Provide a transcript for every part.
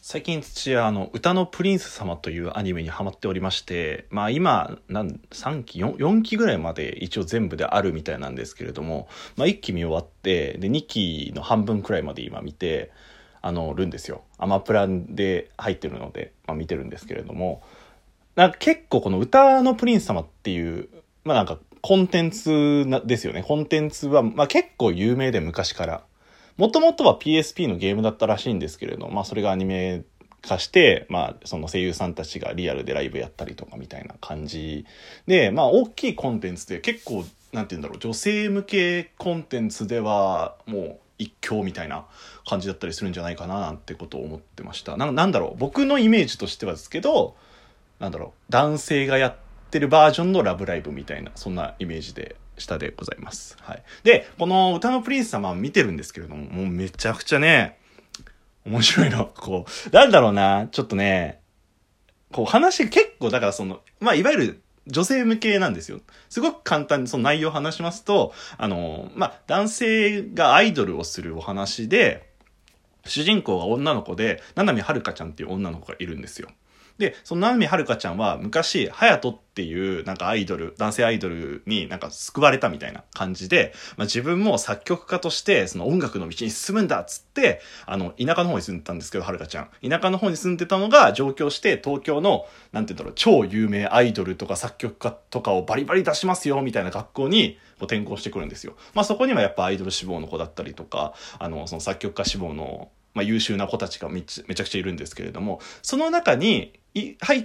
最近土屋歌のプリンス様というアニメにハマっておりまして、今3期4期ぐらいまで一応全部であるみたいなんですけれども、1期見終わってで2期の半分くらいまで今見てるんですよ。アマプラで入ってるので、見てるんですけれども、なんか結構この歌のプリンス様っていうなんかコンテンツですよね。コンテンツは結構有名で、昔からもともとは PSP のゲームだったらしいんですけれど、それがアニメ化して、その声優さんたちがリアルでライブやったりとかみたいな感じで、大きいコンテンツで結構、なんて言うんだろう、女性向けコンテンツではもう一強みたいな感じだったりするんじゃないかななんてことを思ってました。なんだろう、僕のイメージとしてはですけど、なんだろう、男性がやってるバージョンのラブライブみたいな、そんなイメージで下でございます。はい。で、この歌のプリンス様見てるんですけれども、もうめちゃくちゃね、面白いの。なんだろうな、ちょっとね、話結構、だからいわゆる女性向けなんですよ。すごく簡単にその内容を話しますと、男性がアイドルをするお話で、主人公が女の子で、七海遥ちゃんっていう女の子がいるんですよ。で、その七海遥ちゃんは昔、隼人っていうなんかアイドル、男性アイドルになんか救われたみたいな感じで、自分も作曲家としてその音楽の道に進むんだっつって、田舎の方に住んでたんですけど、遥ちゃん。田舎の方に住んでたのが上京して東京の、なんて言うんだろう、超有名アイドルとか作曲家とかをバリバリ出しますよみたいな学校に転校してくるんですよ。そこにはやっぱアイドル志望の子だったりとか、その作曲家志望の優秀な子たちがめちゃくちゃいるんですけれども、その中に入って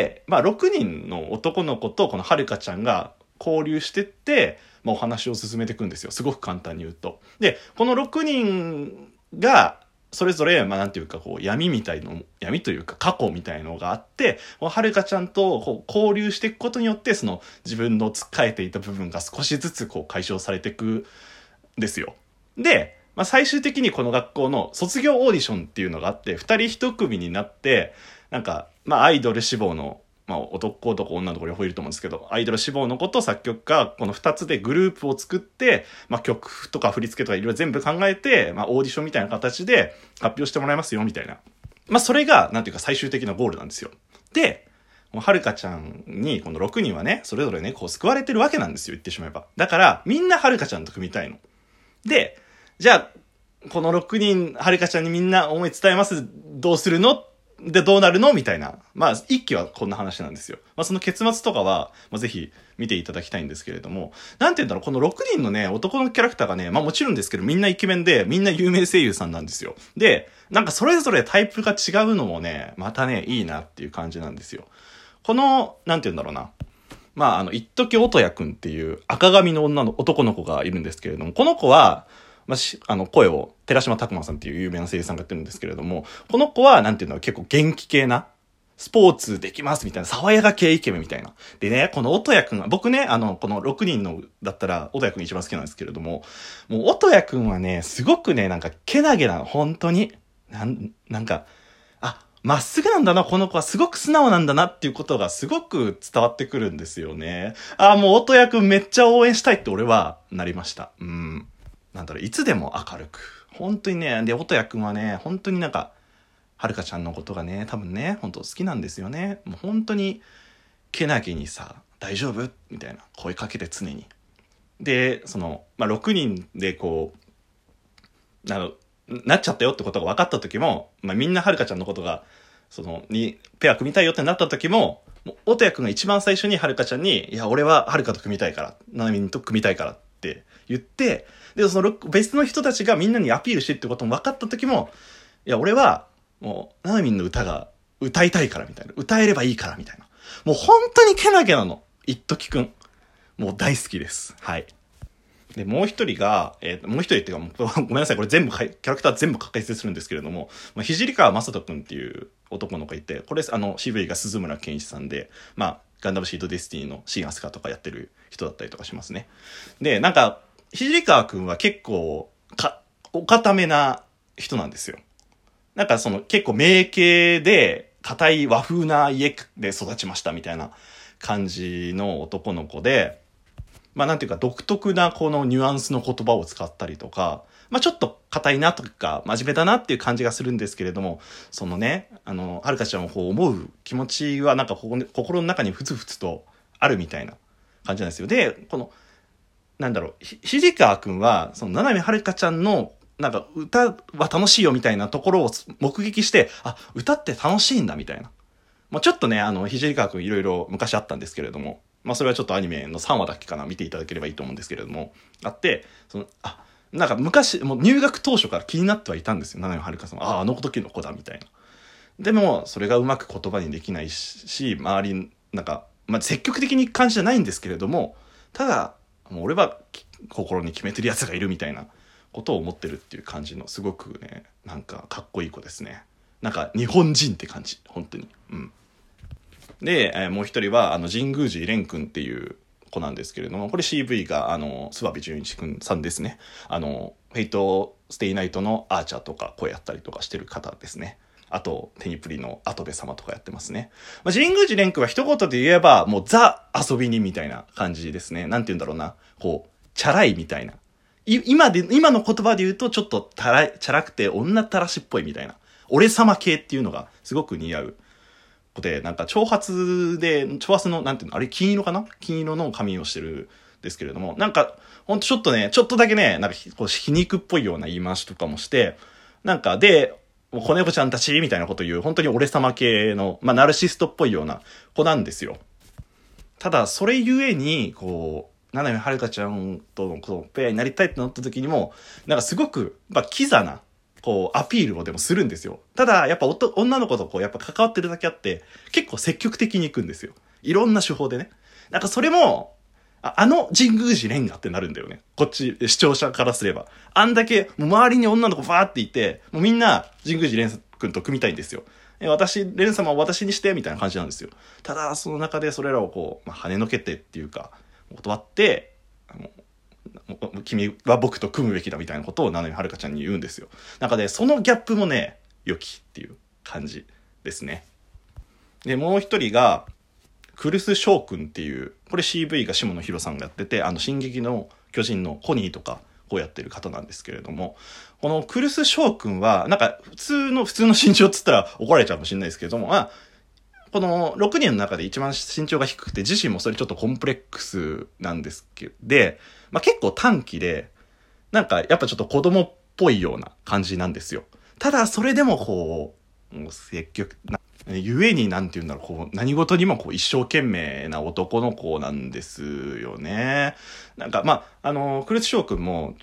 、6人の男の子とこのはるかちゃんが交流してって、お話を進めていくんですよ。すごく簡単に言うと。で、この6人がそれぞれなんていうか闇というか過去みたいのがあって、はるかちゃんと交流していくことによって、その自分のつっかえていた部分が少しずつ解消されていくんですよ。で、最終的にこの学校の卒業オーディションっていうのがあって、二人一組になって、なんか、アイドル志望の、男女の子両方いると思うんですけど、アイドル志望の子と作曲家、この二つでグループを作って、曲とか振り付けとかいろいろ全部考えて、オーディションみたいな形で発表してもらいますよ、みたいな。それが、なんていうか最終的なゴールなんですよ。で、はるかちゃんに、この6人はね、それぞれね、救われてるわけなんですよ、言ってしまえば。だから、みんなはるかちゃんと組みたいの。で、じゃあ、この6人、はるかちゃんにみんな思い伝えます。どうするので、どうなるのみたいな。一期はこんな話なんですよ。その結末とかは、ぜひ見ていただきたいんですけれども、なんて言うんだろう、この6人のね、男のキャラクターがね、もちろんですけど、みんなイケメンで、みんな有名声優さんなんですよ。で、なんかそれぞれタイプが違うのもね、またね、いいなっていう感じなんですよ。この、なんて言うんだろうな。一時音谷くんっていう赤髪の男の子がいるんですけれども、この子は、声を寺島拓磨さんっていう有名な声優さんがやってるんですけれども、この子は、なんていうの、結構元気系な、スポーツできますみたいな、爽やか系イケメンみたいな。でね、この音谷くんは、僕ね、この6人のだったら、音谷くん一番好きなんですけれども、もう音谷くんはね、すごくね、なんか、けなげなの、本当に。なんか、まっすぐなんだな、この子はすごく素直なんだなっていうことがすごく伝わってくるんですよね。もう音谷くんめっちゃ応援したいって俺はなりました。なんだろう、いつでも明るく。本当にね、で、音谷くんはね、本当になんか、はるかちゃんのことがね、多分ね、本当好きなんですよね。もう本当に、けなげにさ、大丈夫みたいな声かけて常に。で、6人でなっちゃったよってことが分かった時も、みんなはるかちゃんのことが、ペア組みたいよってなった時も、音谷くんが一番最初にはるかちゃんに、いや、俺ははるかと組みたいから、ななみんと組みたいからって言って、で、別の人たちがみんなにアピールしてってことも分かった時も、いや、俺は、もう、ななみんの歌が歌いたいからみたいな。歌えればいいからみたいな。もう本当にけなげなの。一時くん。もう大好きです。はい。で、もう一人が、もう一人っていうか、ごめんなさい、これキャラクター全部解説するんですけれども、ひ川雅人くんっていう男の子がいて、これ、CV が鈴村健一さんで、ガンダムシードデスティニーのシン・アスカとかやってる人だったりとかしますね。で、なんか、ひ川くんは結構、お固めな人なんですよ。なんか結構名系で、硬い和風な家で育ちましたみたいな感じの男の子で、 なんていうか独特なこのニュアンスの言葉を使ったりとか、ちょっと硬いなとか真面目だなっていう感じがするんですけれども、そのね、はるかちゃんをこう思う気持ちはなんか心の中にふつふつとあるみたいな感じなんですよ。で、この、ひ川くんは、その、ななみはるかちゃんの、なんか、歌は楽しいよみたいなところを目撃して、あ、歌って楽しいんだみたいな。ちょっとね、ひ川くんいろいろ昔あったんですけれども、それはちょっとアニメの3話だけかな、見ていただければいいと思うんですけれども、あって、なんか昔、もう入学当初から気になってはいたんですよ、ななみはるかさんは。あの時の子だみたいな。でも、それがうまく言葉にできないし、周り、なんか、積極的に感じじゃないんですけれども、ただ、もう俺は心に決めてるやつがいるみたいなことを思ってるっていう感じの、すごくね、なんかかっこいい子ですね。なんか日本人って感じ、本当に。うん。で、もう一人は、神宮寺蓮くんっていう子なんですけれども、これ CV が、諏訪部純一くんさんですね。フェイトステイナイトのアーチャーとか声やったりとかしてる方ですね。あと、テニプリの跡部様とかやってますね。神宮寺蓮くんは一言で言えば、もうザ遊び人みたいな感じですね。なんて言うんだろうな。こう、チャラいみたいな。今の言葉で言うと、ちょっとチャラくて女たらしっぽいみたいな。俺様系っていうのがすごく似合う子で、なんか長髪の、なんていうの、あれ金色かな、金色の髪をしてるんですけれども、なんか、ほんとちょっとだけね、なんかこう皮肉っぽいような言い回しとかもして、なんかで、子猫ちゃんたちみたいなこと言う、本当に俺様系の、ナルシストっぽいような子なんですよ。ただ、それゆえに、こう、ななみはるかちゃんとのこうペアになりたいってなった時にも、なんかすごく、キザな、こう、アピールをでもするんですよ。ただ、やっぱ女の子とこう、やっぱ関わってるだけあって、結構積極的に行くんですよ。いろんな手法でね。なんかそれも、神宮寺蓮がってなるんだよね。こっち、視聴者からすれば。あんだけ、もう周りに女の子バーっていて、もうみんな、神宮寺蓮くんと組みたいんですよ。蓮様を私にして、みたいな感じなんですよ。ただ、その中でそれらをこう、跳ねのけてっていうか、断って、君は僕と組むべきだみたいなことをななみはるかちゃんに言うんですよ。なんかね、そのギャップもね、良きっていう感じですね。で、もう一人が、クルス翔くんっていう、これ CV が下野紘さんがやってて、進撃の巨人のコニーとかをやってる方なんですけれども、このクルス翔くんは、なんか普通の身長っつったら怒られちゃうかもしれないですけれども、この6人の中で一番身長が低くて、自身もそれちょっとコンプレックスなんですけど、で、結構短気で、なんかやっぱちょっと子供っぽいような感じなんですよ。ただそれでもこう、もう積極ゆえになんて言うんだろう、こう、何事にもこう一生懸命な男の子なんですよね。なんか、クルス翔くんも、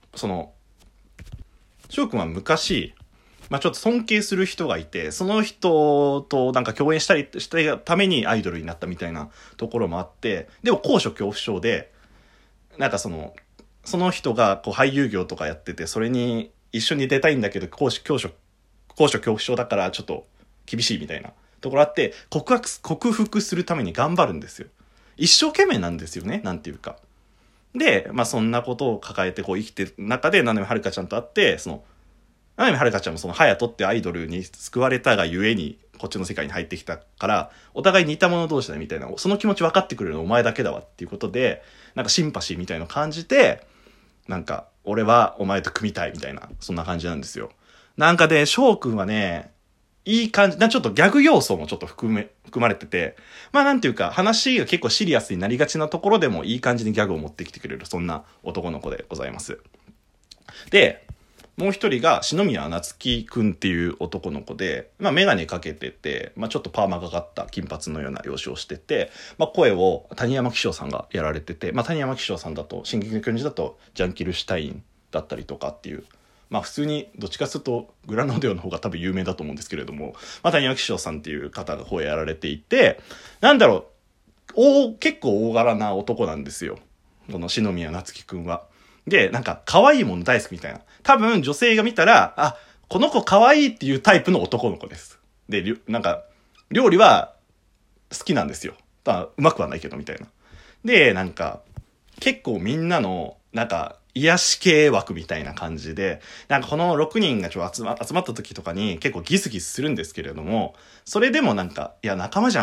翔くんは昔、ちょっと尊敬する人がいて、その人となんか共演したためにアイドルになったみたいなところもあって、でも高所恐怖症で、なんかその人がこう俳優業とかやってて、それに一緒に出たいんだけど、高所恐怖症だからちょっと厳しいみたいなところあって、克服するために頑張るんですよ。一生懸命なんですよね、なんていうか。で、そんなことを抱えてこう生きてる中で、ななみはるかちゃんと会って、ななみはるかちゃんもその隼人ってアイドルに救われたがゆえに、こっちの世界に入ってきたから、お互い似た者同士だみたいな、その気持ち分かってくれるのお前だけだわっていうことで、なんかシンパシーみたいなのを感じて、なんか、俺はお前と組みたいみたいな、そんな感じなんですよ。なんかで、翔くんはね、いい感じ、ちょっとギャグ要素もちょっと含まれてて、なんていうか、話が結構シリアスになりがちなところでもいい感じにギャグを持ってきてくれる、そんな男の子でございます。で、もう一人が篠宮夏樹くんっていう男の子で、メガネかけてて、ちょっとパーマがかった金髪のような容姿をしてて、声を谷山紀章さんがやられてて、谷山紀章さんだと、進撃の巨人だとジャンキルシュタインだったりとかっていう、普通にどっちかするとグラノデオの方が多分有名だと思うんですけれども、谷山紀章さんっていう方が声やられていて、なんだろう、結構大柄な男なんですよ。この篠宮夏樹くんは。で、なんか可愛いもの大好きみたいな。多分女性が見たら、あ、この子可愛いっていうタイプの男の子です。で、なんか、料理は好きなんですよ。うまくはないけどみたいな。で、なんか、結構みんなの、なんか、癒し系枠みたいな感じで、なんかこの6人が集まった時とかに結構ギスギスするんですけれども、それでもなんか、いや仲間じゃん。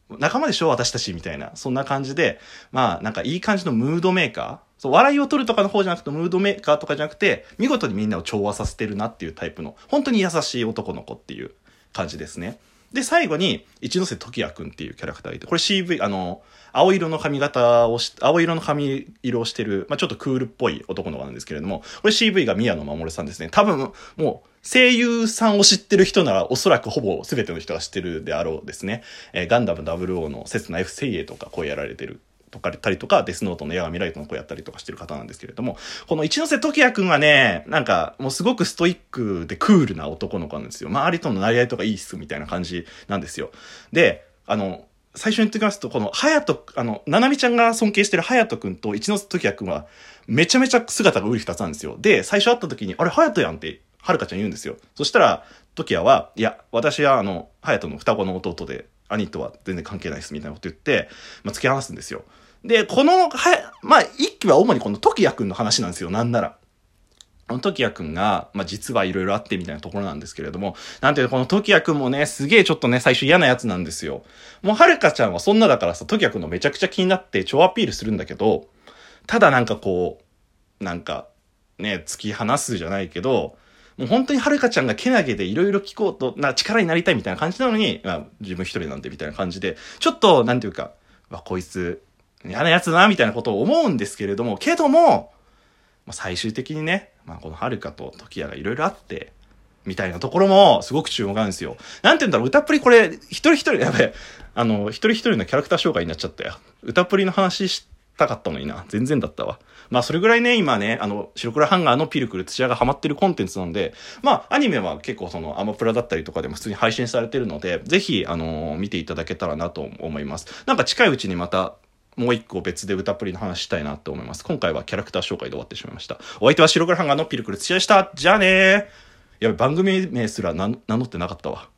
仲間でしょ私たちみたいな、そんな感じで、まあなんかいい感じのムードメーカー、そう、笑いを取るとかの方じゃなくて、ムードメーカーとかじゃなくて、見事にみんなを調和させてるなっていうタイプの、本当に優しい男の子っていう感じですね。で、最後に、一ノ瀬時也くんっていうキャラクターがいて、これ CV、青色の髪色をしてる、まあちょっとクールっぽい男の子なんですけれども、これ CV が宮野真守さんですね。多分、もう、声優さんを知ってる人なら、おそらくほぼ全ての人が知ってるであろうですね。ガンダム00の刹那 F 精鋭とか声やられてる。とかたりとか、デスノートの矢神ライトの声やったりとかしてる方なんですけれども、この一ノ瀬時也くんはね、なんかもうすごくストイックでクールな男の子なんですよ。周りとの成り合いとかいいっすみたいな感じなんですよ。で、最初に言っておきますと、このななみちゃんが尊敬してる隼人くんと一ノ瀬時也くんは、めちゃめちゃ姿がうり二つなんですよ。で、最初会った時に、あれ、隼人やんって、はるかちゃん言うんですよ。そしたら、時也は、いや、私は隼人の双子の弟で、兄とは全然関係ないです、みたいなこと言って、まあ、突き放すんですよ。で、まあ、一期は主にこの時也くんの話なんですよ、なんなら。時也くんが、まあ、実はいろいろあってみたいなところなんですけれども、なんていうこの時也くんもね、すげえちょっとね、最初嫌なやつなんですよ。もうはるかちゃんはそんなだからさ、時也くんのめちゃくちゃ気になって超アピールするんだけど、ただなんかこう、なんか、ね、突き放すじゃないけど、もう本当にはるかちゃんがけなげでいろいろ聞こうと、力になりたいみたいな感じなのに、まあ、自分一人なんでみたいな感じで、ちょっと、なんていうか、こいつ、嫌なやつだな、みたいなことを思うんですけれども、まあ、最終的にね、まあ、このはるかと時也がいろいろあって、みたいなところもすごく注目なんですよ。なんて言うんだろう、歌っぷりこれ、一人一人、やべえ、一人一人のキャラクター紹介になっちゃったよ。歌っぷりの話したかったのにな。全然だったわ。まあ、それぐらいね、今ね、白黒ハンガーのピルクル土屋がハマってるコンテンツなんで、まあ、アニメは結構アマプラだったりとかでも普通に配信されてるので、ぜひ、見ていただけたらなと思います。なんか近いうちにまた、もう一個別で歌っぷりの話したいなと思います。今回はキャラクター紹介で終わってしまいました。お相手は白黒ハンガーのピルクル土屋でした。じゃあねー。やべ、番組名すら名乗ってなかったわ。